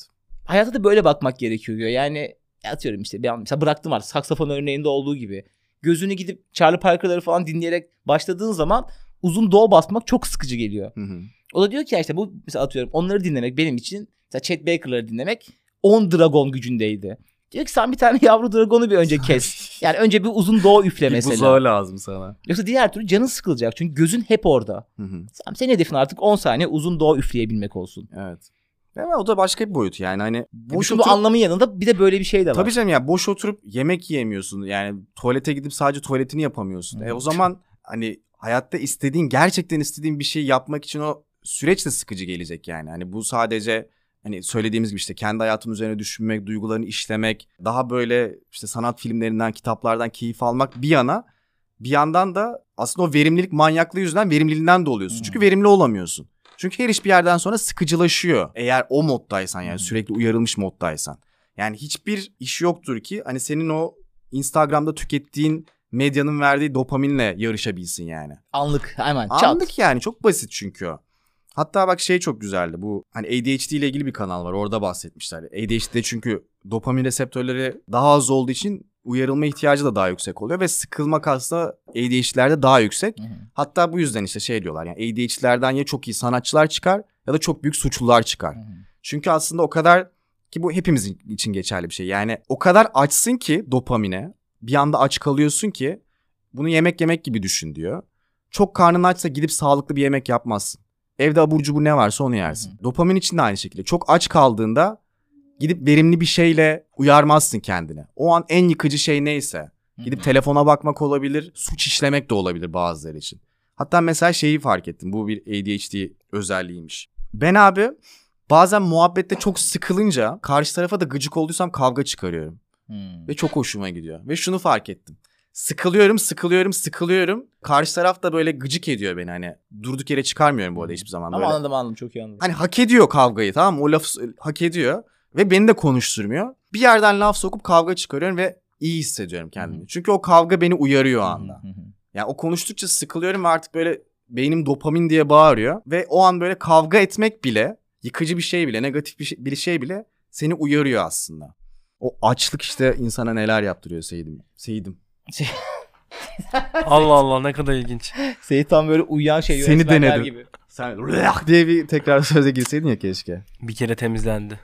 hayata da böyle bakmak gerekiyor diyor. Yani atıyorum işte bir an mesela bıraktım artık saksafon örneğinde olduğu gibi. Gözünü gidip Charlie Parker'ları falan dinleyerek başladığın zaman uzun doğu basmak çok sıkıcı geliyor. Hı hı. O da diyor ki ya işte bu mesela atıyorum onları dinlemek benim için mesela Chet Baker'ları dinlemek on dragon gücündeydi. Diyor ki sen bir tane yavru dragonu bir önce kes. Yani önce bir uzun doğu üfle mesela. Bir buzağı lazım sana. Yoksa diğer türlü canın sıkılacak. Çünkü gözün hep orada. Hı hı. Sen, senin hedefin artık on saniye uzun doğu üfleyebilmek olsun. Evet. Ama o da başka bir boyut yani hani boş Bütün oturup... bu anlamın yanında bir de böyle bir şey de var. Tabii canım ya boş oturup yemek yiyemiyorsun. Yani tuvalete gidip sadece tuvaletini yapamıyorsun. Hı. E o zaman hani hayatta istediğin gerçekten istediğin bir şey yapmak için o süreç de sıkıcı gelecek yani. Hani bu sadece hani söylediğimiz gibi işte kendi hayatın üzerine düşünmek, duygularını işlemek, daha böyle işte sanat filmlerinden, kitaplardan keyif almak bir yana, bir yandan da aslında o verimlilik manyaklığı yüzünden verimliliğinden de oluyorsun. Hmm. Çünkü verimli olamıyorsun. Çünkü her iş bir yerden sonra sıkıcılaşıyor. Eğer o moddaysan yani Hmm. sürekli uyarılmış moddaysan. Yani hiçbir iş yoktur ki hani senin o Instagram'da tükettiğin medyanın verdiği dopaminle yarışabilsin yani. Anlık hemen çat. Anlık yani çok basit çünkü o. Hatta bak şey çok güzeldi bu hani A D H D ile ilgili bir kanal var orada bahsetmişler. A D H D'de çünkü dopamin reseptörleri daha az olduğu için uyarılma ihtiyacı da daha yüksek oluyor ve sıkılmak aslında A D H D'lerde daha yüksek. Hı hı. Hatta bu yüzden işte şey diyorlar yani A D H D'lerden ya çok iyi sanatçılar çıkar ya da çok büyük suçlular çıkar. Hı hı. Çünkü aslında o kadar ki bu hepimiz için geçerli bir şey. Yani o kadar açsın ki dopamine bir anda aç kalıyorsun ki bunu yemek yemek gibi düşün diyor. Çok karnın açsa gidip sağlıklı bir yemek yapmazsın. Evde abur cubur ne varsa onu yersin. Hı hı. Dopamin için de aynı şekilde. Çok aç kaldığında gidip verimli bir şeyle uyarmazsın kendini. O an en yıkıcı şey neyse. Gidip Hı hı. telefona bakmak olabilir, suç işlemek de olabilir bazıları için. Hatta mesela şeyi fark ettim. Bu bir A D H D özelliğiymiş. Ben abi bazen muhabbette çok sıkılınca karşı tarafa da gıcık olduysam kavga çıkarıyorum. Hmm. Ve çok hoşuma gidiyor. Ve şunu fark ettim. Sıkılıyorum, sıkılıyorum, sıkılıyorum. Karşı taraf da böyle gıcık ediyor beni hani. Durduk yere çıkarmıyorum bu arada hiçbir zaman Ama böyle. anladım anladım çok iyi anladım. Hani hak ediyor kavgayı, tamam mı? O lafı hak ediyor. Ve beni de konuşturmuyor. Bir yerden laf sokup kavga çıkarıyorum ve iyi hissediyorum kendimi. Hı hı. Çünkü o kavga beni uyarıyor o anda. Hı hı. Yani o konuştukça sıkılıyorum ve artık böyle beynim dopamin diye bağırıyor. Ve o an böyle kavga etmek bile, yıkıcı bir şey bile, negatif bir şey, bir şey bile seni uyarıyor aslında. O açlık işte insana neler yaptırıyor Seyit'im. Seyit'im. Allah Allah ne kadar ilginç. Seyit tam böyle uyuyan şey Seni yönetmenler denedim. gibi. Sen rıyak diye bir tekrar söze girseydin ya keşke. Bir kere temizlendi.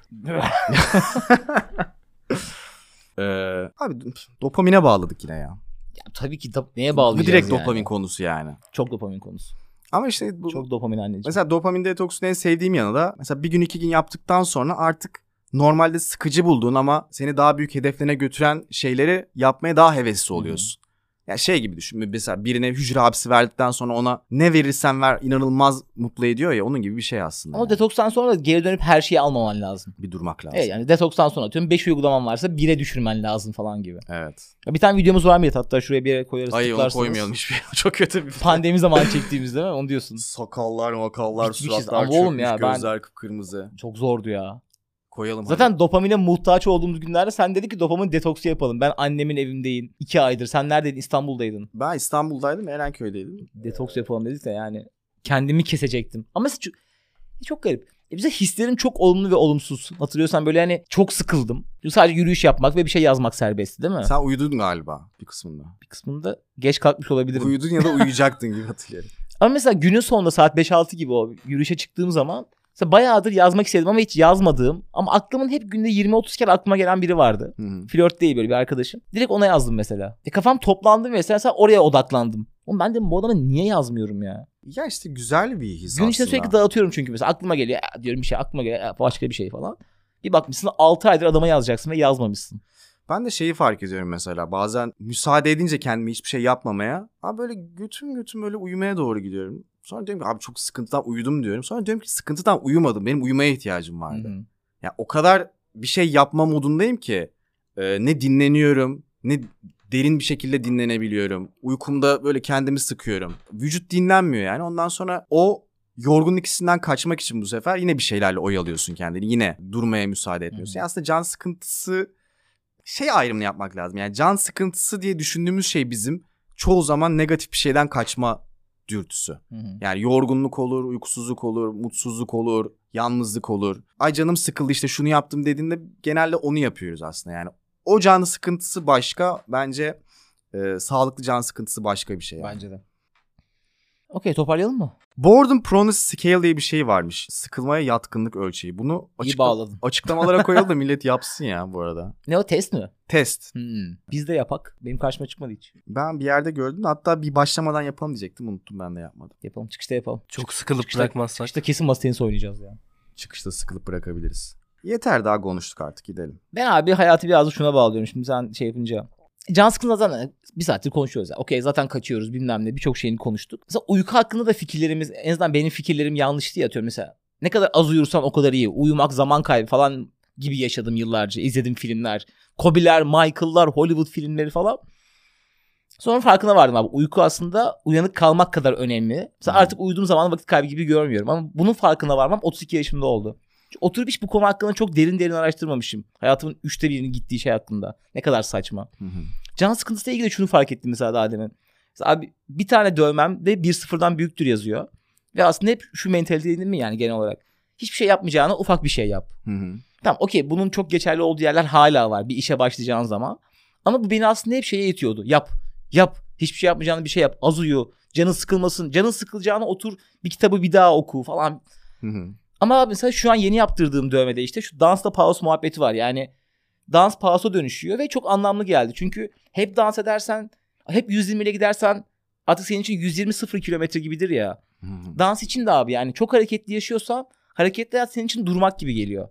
Ee, abi dopamine bağladık yine ya. Ya, tabii ki da, neye Bu bağlayacağız direkt yani? dopamin konusu yani. Çok dopamin konusu. Ama işte bu, Çok dopamin anneciğim. mesela dopamin detoksun en sevdiğim yanı da mesela bir gün iki gün yaptıktan sonra artık normalde sıkıcı bulduğun ama seni daha büyük hedeflerine götüren şeyleri yapmaya daha hevesli oluyorsun. Ya şey gibi düşün. Mesela birine hücre hapsi verdikten sonra ona ne verirsen ver inanılmaz mutlu ediyor ya, onun gibi bir şey aslında. Ama yani. detokstan sonra da geri dönüp her şeyi almaman lazım. Bir durmak lazım. Evet yani detokstan sonra atıyorum beş uygulaman varsa bire düşürmen lazım falan gibi. Evet. Ya bir tane videomuz var mıydı? Hatta şuraya bir yere koyarız. Ay onu tıklarsınız. koymayalım hiçbir. Çok kötü bir Pandemi zamanı çektiğimiz değil mi? Onu diyorsun. Sakallar makallar Bitmişiz. suratlar Ama oğlum çökmüş ya, ben- gözler kıpkırmızı. Çok zordu ya. Koyalım Zaten hadi. dopamine muhtaç olduğumuz günlerde sen dedi ki dopamin detoksu yapalım. Ben annemin evimdeyim. iki aydır. Sen neredeydin? İstanbul'daydın. Ben İstanbul'daydım, Erenköy'deydim. Detoks yapalım dedik de yani. Kendimi kesecektim. Ama mesela çok, çok garip. E bize hislerin çok olumlu ve olumsuz. Hatırlıyorsan böyle hani çok sıkıldım. Sadece yürüyüş yapmak ve bir şey yazmak serbestti değil mi? Sen uyudun galiba bir kısmında. Bir kısmında geç kalkmış olabilirim. Uyudun ya da uyuyacaktın gibi hatırlıyorum. Ama mesela günün sonunda saat beş altı gibi o yürüyüşe çıktığım zaman mesela bayağıdır yazmak istedim ama hiç yazmadığım ama aklımın hep günde yirmi otuz kere aklıma gelen biri vardı. Hı hı. Flört değil böyle bir arkadaşım. Direkt ona yazdım mesela. E kafam toplandı mesela, mesela oraya odaklandım. Oğlum ben de bu adama niye yazmıyorum ya? Ya işte güzel bir his Gün aslında. içinde sürekli dağıtıyorum çünkü mesela aklıma geliyor ya diyorum bir şey, aklıma geliyor ya başka bir şey falan. Bir bakmışsın altı aydır adama yazacaksın ve yazmamışsın. Ben de şeyi fark ediyorum mesela, bazen müsaade edince kendime hiçbir şey yapmamaya. Abi böyle götüm götüm böyle uyumaya doğru gidiyorum. Sonra diyorum ki abi çok sıkıntıdan uyudum diyorum. Sonra diyorum ki sıkıntıdan uyumadım, benim uyumaya ihtiyacım vardı. Hı hı. Ya o kadar bir şey yapma modundayım ki e, ne dinleniyorum ne derin bir şekilde dinlenebiliyorum. Uykumda böyle kendimi sıkıyorum. Vücut dinlenmiyor yani. Ondan sonra o yorgunluk hissinden kaçmak için bu sefer yine bir şeylerle oyalıyorsun kendini. Yine durmaya müsaade etmiyorsun. Hı hı. Yani aslında can sıkıntısı şey ayrımını yapmak lazım. Yani can sıkıntısı diye düşündüğümüz şey bizim çoğu zaman negatif bir şeyden kaçma dürtüsü. Hı hı. Yani yorgunluk olur, uykusuzluk olur, mutsuzluk olur, yalnızlık olur. Ay canım sıkıldı işte şunu yaptım dediğinde genelde onu yapıyoruz aslında. Yani o can sıkıntısı başka, bence e, sağlıklı can sıkıntısı başka bir şey. Yani. Bence de. Okey, toparlayalım mı? Boredom Proneness Scale diye bir şey varmış. Sıkılmaya yatkınlık ölçeği. Bunu İyi açıkla- bağladın. açıklamalara koyalım da millet yapsın ya bu arada. Ne o, test mi? Test. Hmm. Biz de yapak. Benim karşıma çıkmadı hiç. Ben bir yerde gördüm. Hatta bir başlamadan yapalım diyecektim. Unuttum, ben de yapmadım. Yapalım. Çıkışta yapalım. Çok sıkılıp Çıkışta- bırakmazsak. Çıkışta kesin masa tenisi oynayacağız yani. Çıkışta sıkılıp bırakabiliriz. Yeter, daha konuştuk, artık gidelim. Ben abi hayatı birazcık şuna bağlıyorum. Şimdi sen şey yapınca. Can sıkıntı zaten bir saattir konuşuyoruz. Yani. Okey, zaten kaçıyoruz bilmem ne, birçok şeyini konuştuk. Mesela uyku hakkında da fikirlerimiz, en azından benim fikirlerim yanlış diye atıyorum. Mesela ne kadar az uyursan o kadar iyi. Uyumak zaman kaybı falan gibi yaşadım yıllarca. İzledim filmler. Kobe'ler, Michael'lar, Hollywood filmleri falan. Sonra farkına vardım abi. Uyku aslında uyanık kalmak kadar önemli. Mesela artık uyuduğum zaman vakit kaybı gibi görmüyorum. Ama bunun farkına varmam otuz iki yaşımda oldu. Oturup hiç bu konu hakkında çok derin derin araştırmamışım. Hayatımın üçte birinin gittiği şey hakkında. Ne kadar saçma. Hı hı. Can sıkıntısıyla ilgili şunu fark ettim mesela daha demin. Mesela abi bir tane dövmem de bir sıfırdan büyüktür yazıyor. Ve aslında hep şu mentaliteydim mi yani genel olarak. Hiçbir şey yapmayacağına ufak bir şey yap. Hı hı. Tamam okey, bunun çok geçerli olduğu yerler hala var bir işe başlayacağın zaman. Ama bu beni aslında hep şeye itiyordu. Yap, yap. Hiçbir şey yapmayacağını bir şey yap. Az uyu. Canın sıkılmasın. Canın sıkılacağına otur bir kitabı bir daha oku falan. Hı hı. Ama abi mesela şu an yeni yaptırdığım dövmede işte şu dansla pause muhabbeti var. Yani dans pause'a dönüşüyor ve çok anlamlı geldi. Çünkü hep dans edersen, hep yüz yirmi ile gidersen artık senin için yüz yirmi sıfır kilometre gibidir ya. Hı hı. Dans için de abi yani çok hareketli yaşıyorsan hareketli hayat senin için durmak gibi geliyor.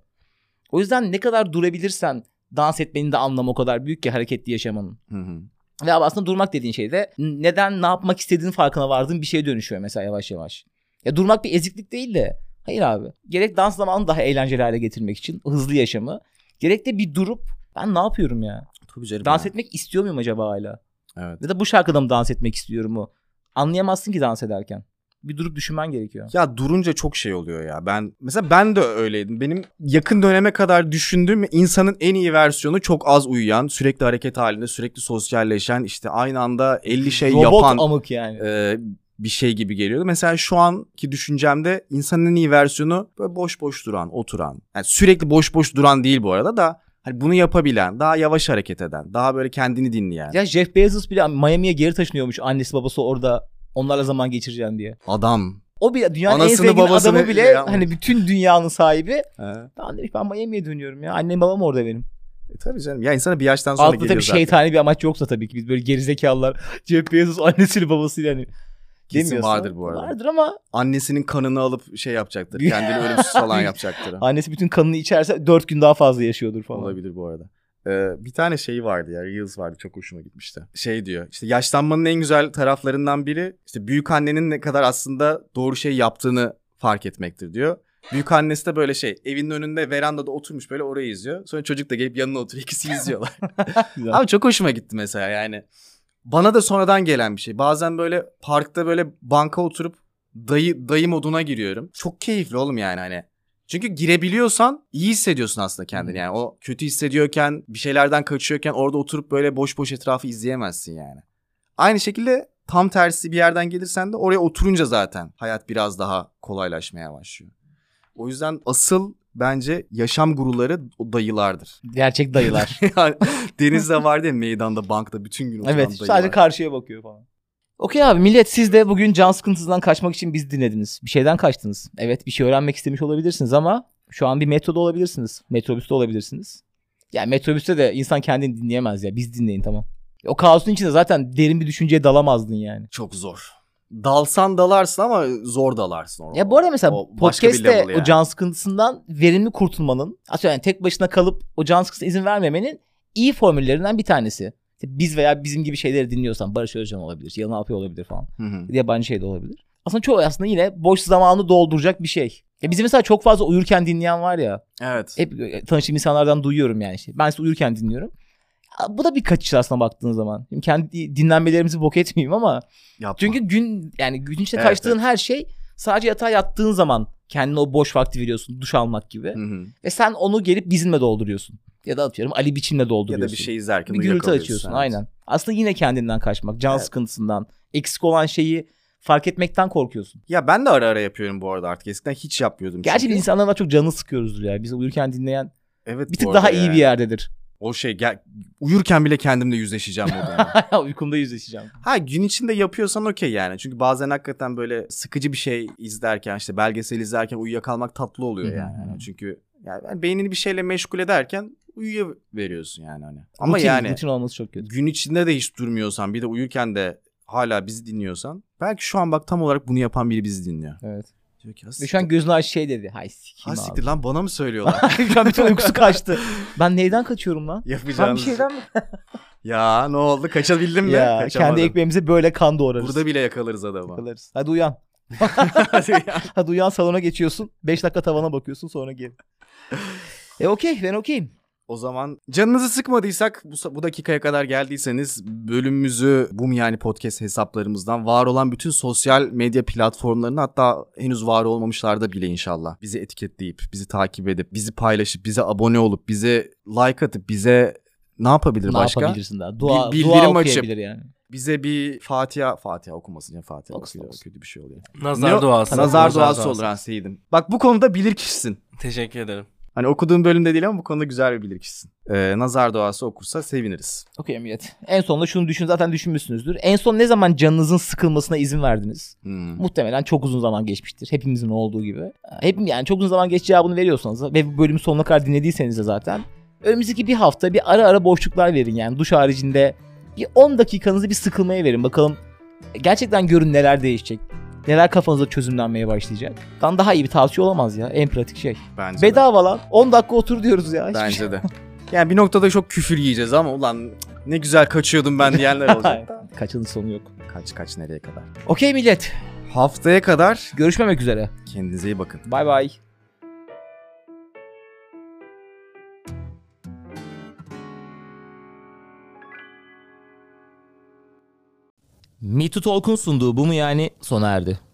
O yüzden ne kadar durabilirsen dans etmenin de anlamı o kadar büyük ki hareketli yaşamanın. Hı hı. Ve abi aslında durmak dediğin şey de neden ne yapmak istediğinin farkına vardığın bir şeye dönüşüyor mesela yavaş yavaş. Ya durmak bir eziklik değil de hayır abi. Gerek dans zamanını daha eğlenceli hale getirmek için hızlı yaşamı. Gerek de bir durup ben ne yapıyorum ya? Tabii canım Dans ya. etmek istiyor muyum acaba hala? Evet. Ya da bu şarkıda mı dans etmek istiyorum mu? Anlayamazsın ki dans ederken. Bir durup düşünmen gerekiyor. Ya durunca çok şey oluyor ya. Ben mesela ben de öyleydim. Benim yakın döneme kadar düşündüğüm insanın en iyi versiyonu çok az uyuyan, sürekli hareket halinde, sürekli sosyalleşen, işte aynı anda elli şey Robot yapan amık yani. e, bir şey gibi geliyordu. Mesela şu anki düşüncemde insanın en iyi versiyonu böyle boş boş duran, oturan. Yani sürekli boş boş duran değil bu arada da, hani bunu yapabilen, daha yavaş hareket eden, daha böyle kendini dinleyen. Ya Jeff Bezos bile Miami'ye geri taşınıyormuş. Annesi babası orada onlarla zaman geçireceğim diye. Adam. O bile dünyanın Anasını, en zengin babasını adamı bile yapmış. hani bütün dünyanın sahibi. He. Ben demiş ben Miami'ye dönüyorum ya. Annem babam orada benim. E tabii canım. Ya insana bir yaştan sonra Altta geliyor tabii zaten. şeytani bir amaç yoksa tabii ki biz böyle gerizekalılar Jeff Bezos annesiyle babasıyla hani Kesin demiyorsa. vardır bu arada. Vardır ama Annesinin kanını alıp şey yapacaktır. Kendini ölümsüz falan yapacaktır. annesi bütün kanını içerse dört gün daha fazla yaşıyordur falan. Olabilir bu arada. Ee, bir tane şey vardı ya, Reels vardı, çok hoşuma gitmişti. Şey diyor, işte yaşlanmanın en güzel taraflarından biri işte büyük annenin ne kadar aslında doğru şey yaptığını fark etmektir diyor. Büyük annesi de böyle şey, evinin önünde verandada oturmuş böyle orayı izliyor. Sonra çocuk da gelip yanına oturuyor, ikisi izliyorlar. Güzel. Ama çok hoşuma gitti mesela yani. Bana da sonradan gelen bir şey. Bazen böyle parkta böyle banka oturup dayı dayı moduna giriyorum. Çok keyifli oğlum yani hani. Çünkü girebiliyorsan iyi hissediyorsun aslında kendini. Yani o kötü hissediyorken, bir şeylerden kaçıyorken orada oturup böyle boş boş etrafı izleyemezsin yani. Aynı şekilde tam tersi bir yerden gelirsen de oraya oturunca zaten hayat biraz daha kolaylaşmaya başlıyor. O yüzden asıl bence yaşam guruları o dayılardır. Gerçek dayılar. Yani denizde vardı ya meydanda, bankta bütün gün oturan Evet, dayılar. sadece karşıya bakıyor falan. Okey abi, millet siz de bugün can sıkıntısından kaçmak için bizi dinlediniz. Bir şeyden kaçtınız. Evet, bir şey öğrenmek istemiş olabilirsiniz ama şu an bir metroda olabilirsiniz. Metrobüste olabilirsiniz. Yani metrobüste de insan kendini dinleyemez ya. Biz dinleyin tamam. O kaosun içinde zaten derin bir düşünceye dalamazdın yani. Çok zor. Dalsan dalarsın ama zor dalarsın. Orada. Ya bu arada mesela O başka bir podcast'te level yani. o can sıkıntısından verimli kurtulmanın, atıyorum yani tek başına kalıp o can sıkıntısına izin vermemenin iyi formüllerinden bir tanesi. İşte biz veya bizim gibi şeyleri dinliyorsan Barış Özcan olabilir, Yalın Alpay olabilir falan. Hı hı. Bir de yabancı şey de olabilir. Aslında çoğu aslında yine boş zamanını dolduracak bir şey. Ya bizim mesela çok fazla uyurken dinleyen var ya. Evet. Hep tanıştığım insanlardan duyuyorum yani işte. Ben size uyurken dinliyorum. Ya bu da bir kaçış aslında baktığın zaman. Şimdi kendi dinlenmelerimizi bok etmeyeyim ama. Yapma. Çünkü gün yani gün içinde Evet, kaçtığın evet. her şey sadece yatağa yattığın zaman kendine o boş vakti veriyorsun. Duş almak gibi. Hı hı. Ve sen onu gelip bizimle dolduruyorsun. Ya da atıyorum Ali Biçim'le Ya dolduruyorsun. da bir şey izlerken bir gürültü uyuyakalıyorsun, açıyorsun evet. aynen. Aslında yine kendinden kaçmak, can Evet. sıkıntısından, eksik olan şeyi fark etmekten korkuyorsun. Ya ben de ara ara yapıyorum bu arada artık. Eskiden hiç yapmıyordum. Gerçi çünkü. biz insanlardan çok canını sıkıyoruzdur ya. Bizi uyurken dinleyen Evet, bir bu tık arada daha iyi yani. bir yerdedir. O şey gel, uyurken bile kendimle yüzleşeceğim modunda. Uykumda yüzleşeceğim. Ha, gün içinde yapıyorsan okey yani. Çünkü bazen hakikaten böyle sıkıcı bir şey izlerken, işte belgesel izlerken uyuyakalmak tatlı oluyor yani. Hı hı. Çünkü yani beynini bir şeyle meşgul ederken uyuyaveriyorsun yani hani. Ama rutin, yani rutin olması çok kötü. gün içinde de hiç durmuyorsan, bir de uyurken de hala bizi dinliyorsan, belki şu an bak tam olarak bunu yapan biri bizi dinliyor. Evet. Diyor ki, Ve şu an gözünü aç şey dedi. Hay sikeyim ha abi. siktir lan, bana mı söylüyorlar? Şu an bütün uykusu kaçtı. Ben neyden kaçıyorum lan? Ben bir Yapacağınız. şeyden mi? Ya ne oldu, kaçabildin mi? Ya Kaçamadım. kendi ekmeğimize böyle kan doğrarız. Burada bile yakalarız adamı. Yakalarız. Hadi uyan. Hadi uyan, salona geçiyorsun. beş dakika tavana bakıyorsun, sonra gel. E okey, ben okeyim. O zaman canınızı sıkmadıysak, bu, bu dakikaya kadar geldiyseniz bölümümüzü Bum Yani Podcast hesaplarımızdan, var olan bütün sosyal medya platformlarını, hatta henüz var olmamışlarda bile inşallah bizi etiketleyip, bizi takip edip, bizi paylaşıp, bize abone olup, bize like atıp, bize ne yapabilir Ne başka? yapabilirsin daha? Dua, Bir bildirim dua açıp- okuyabilir yani. Bize bir Fatiha, Fatiha okumasın ya, Fatiha Okusun, okuyor, okusun. kötü bir şey oluyor. Nazar Ne- duası. Nazar duası olur ha Seyit'im. Bak bu konuda bilir kişisin. Teşekkür ederim. Hani okuduğum bölümde değil ama bu konuda güzel bir bilir kişisin. Ee, nazar duası okursa seviniriz. Okey millet. En sonunda şunu düşün, zaten düşünmüşsünüzdür. En son ne zaman canınızın sıkılmasına izin verdiniz? Hmm. Muhtemelen çok uzun zaman geçmiştir. Hepimizin olduğu gibi. Hepim yani çok uzun zaman geç cevabını veriyorsanız da ve bu bölümü sonuna kadar dinlediyseniz de zaten önümüzdeki bir hafta bir ara ara boşluklar verin yani. Duş haricinde bir on dakikanızı bir sıkılmaya verin. Bakalım gerçekten görün neler değişecek. Neler kafanızda çözümlenmeye başlayacak. Dan daha iyi bir tavsiye olamaz ya. En pratik şey. Bence de. Bedava lan. on dakika otur diyoruz ya. Hiçbir şey- Bence de. Yani bir noktada çok küfür yiyeceğiz ama ulan ne güzel kaçıyordum ben diyenler olacak. Kaçının sonu yok. Kaç kaç nereye kadar. Okey millet. Haftaya kadar Görüşmemek üzere. kendinize iyi bakın. Bay bay. Me Too Talk'un sunduğu Bu Mu Yani sona erdi.